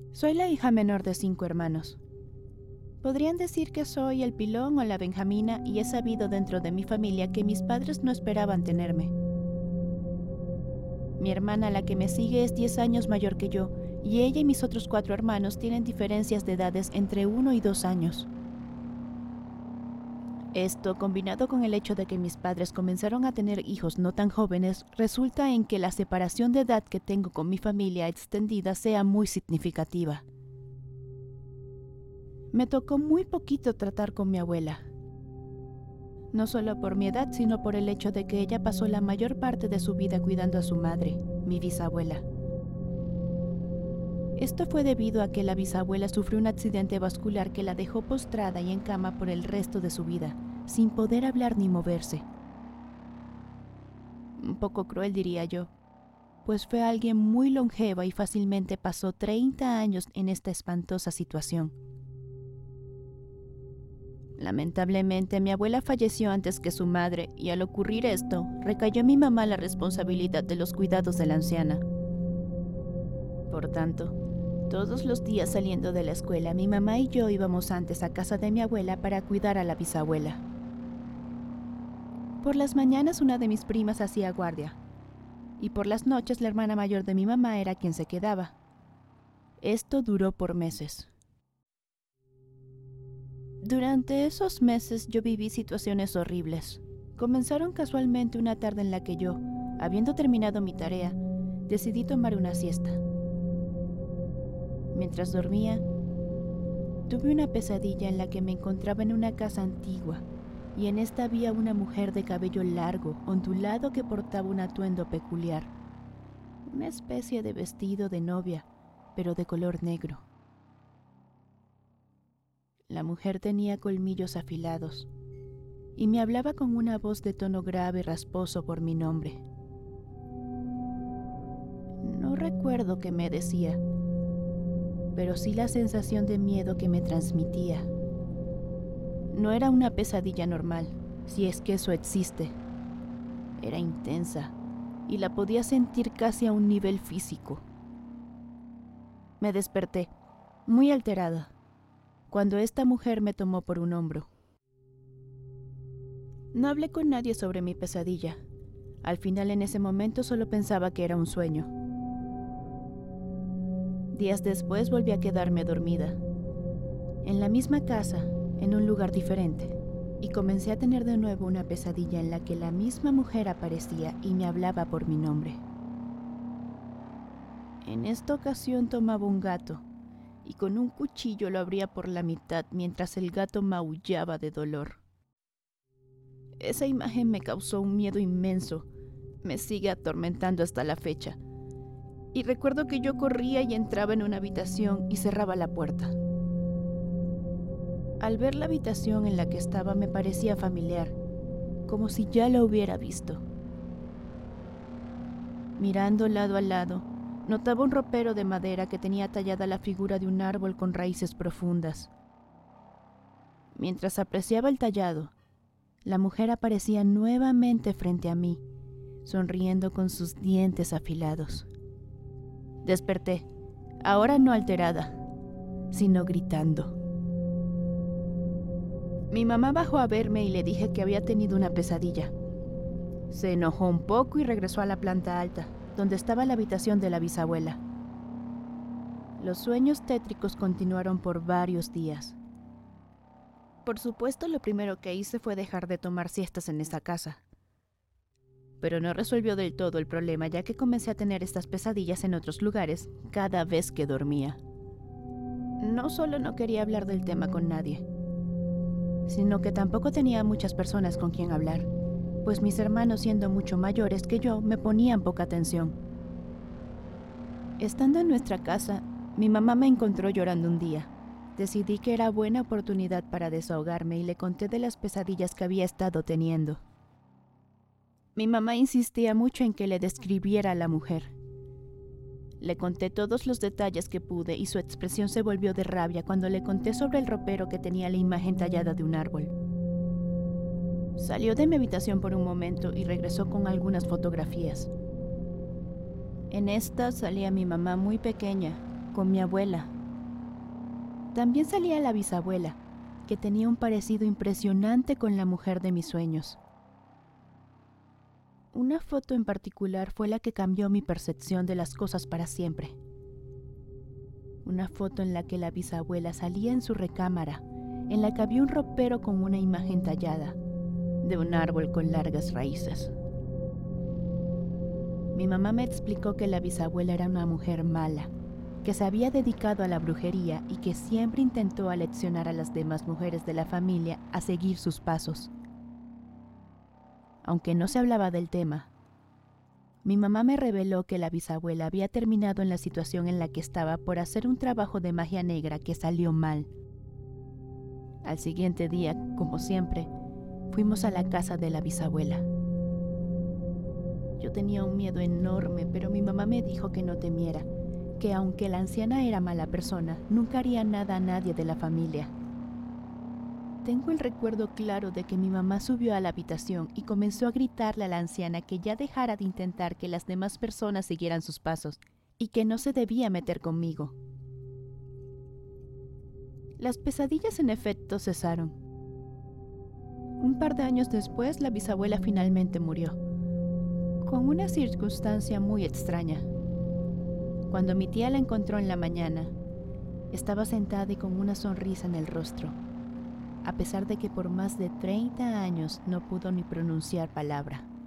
Soy la hija menor de 5 hermanos. Podrían decir que soy el pilón o la benjamina y he sabido dentro de mi familia que mis padres no esperaban tenerme. Mi hermana, la que me sigue, es 10 años mayor que yo y ella y mis otros 4 hermanos tienen diferencias de edades entre 1 y 2 años. Esto, combinado con el hecho de que mis padres comenzaron a tener hijos no tan jóvenes, resulta en que la separación de edad que tengo con mi familia extendida sea muy significativa. Me tocó muy poquito tratar con mi abuela. No solo por mi edad, sino por el hecho de que ella pasó la mayor parte de su vida cuidando a su madre, mi bisabuela. Esto fue debido a que la bisabuela sufrió un accidente vascular que la dejó postrada y en cama por el resto de su vida, sin poder hablar ni moverse. Un poco cruel, diría yo, pues fue alguien muy longeva y fácilmente pasó 30 años en esta espantosa situación. Lamentablemente, mi abuela falleció antes que su madre y al ocurrir esto, recayó en mi mamá la responsabilidad de los cuidados de la anciana. Por tanto, todos los días saliendo de la escuela, mi mamá y yo íbamos antes a casa de mi abuela para cuidar a la bisabuela. Por las mañanas una de mis primas hacía guardia, y por las noches la hermana mayor de mi mamá era quien se quedaba. Esto duró por meses. Durante esos meses yo viví situaciones horribles. Comenzaron casualmente una tarde en la que yo, habiendo terminado mi tarea, decidí tomar una siesta. Mientras dormía, tuve una pesadilla en la que me encontraba en una casa antigua y en esta había una mujer de cabello largo, ondulado que portaba un atuendo peculiar, una especie de vestido de novia, pero de color negro. La mujer tenía colmillos afilados y me hablaba con una voz de tono grave y rasposo por mi nombre. No recuerdo qué me decía, pero sí la sensación de miedo que me transmitía. No era una pesadilla normal, si es que eso existe. Era intensa y la podía sentir casi a un nivel físico. Me desperté, muy alterada, cuando esta mujer me tomó por un hombro. No hablé con nadie sobre mi pesadilla. Al final, en ese momento, solo pensaba que era un sueño. Días después volví a quedarme dormida, en la misma casa, en un lugar diferente, y comencé a tener de nuevo una pesadilla en la que la misma mujer aparecía y me hablaba por mi nombre. En esta ocasión tomaba un gato, y con un cuchillo lo abría por la mitad mientras el gato maullaba de dolor. Esa imagen me causó un miedo inmenso, me sigue atormentando hasta la fecha. Y recuerdo que yo corría y entraba en una habitación y cerraba la puerta. Al ver la habitación en la que estaba me parecía familiar, como si ya la hubiera visto. Mirando lado a lado, notaba un ropero de madera que tenía tallada la figura de un árbol con raíces profundas. Mientras apreciaba el tallado, la mujer aparecía nuevamente frente a mí, sonriendo con sus dientes afilados. Desperté, ahora no alterada, sino gritando. Mi mamá bajó a verme y le dije que había tenido una pesadilla. Se enojó un poco y regresó a la planta alta, donde estaba la habitación de la bisabuela. Los sueños tétricos continuaron por varios días. Por supuesto, lo primero que hice fue dejar de tomar siestas en esa casa. Pero no resolvió del todo el problema, ya que comencé a tener estas pesadillas en otros lugares cada vez que dormía. No solo no quería hablar del tema con nadie, sino que tampoco tenía muchas personas con quien hablar, pues mis hermanos, siendo mucho mayores que yo, me ponían poca atención. Estando en nuestra casa, mi mamá me encontró llorando un día. Decidí que era buena oportunidad para desahogarme y le conté de las pesadillas que había estado teniendo. Mi mamá insistía mucho en que le describiera a la mujer. Le conté todos los detalles que pude y su expresión se volvió de rabia cuando le conté sobre el ropero que tenía la imagen tallada de un árbol. Salió de mi habitación por un momento y regresó con algunas fotografías. En esta salía mi mamá muy pequeña, con mi abuela, También salía la bisabuela, que tenía un parecido impresionante con la mujer de mis sueños. Una foto en particular fue la que cambió mi percepción de las cosas para siempre. Una foto en la que la bisabuela salía en su recámara, en la que había un ropero con una imagen tallada de un árbol con largas raíces. Mi mamá me explicó que la bisabuela era una mujer mala, que se había dedicado a la brujería y que siempre intentó aleccionar a las demás mujeres de la familia a seguir sus pasos. Aunque no se hablaba del tema, mi mamá me reveló que la bisabuela había terminado en la situación en la que estaba por hacer un trabajo de magia negra que salió mal. Al siguiente día, como siempre, fuimos a la casa de la bisabuela. Yo tenía un miedo enorme, pero mi mamá me dijo que no temiera, que aunque la anciana era mala persona, nunca haría nada a nadie de la familia. Tengo el recuerdo claro de que mi mamá subió a la habitación y comenzó a gritarle a la anciana que ya dejara de intentar que las demás personas siguieran sus pasos y que no se debía meter conmigo. Las pesadillas en efecto cesaron. Un par de años después, la bisabuela finalmente murió, con una circunstancia muy extraña. Cuando mi tía la encontró en la mañana, estaba sentada y con una sonrisa en el rostro, a pesar de que por más de 30 años no pudo ni pronunciar palabra.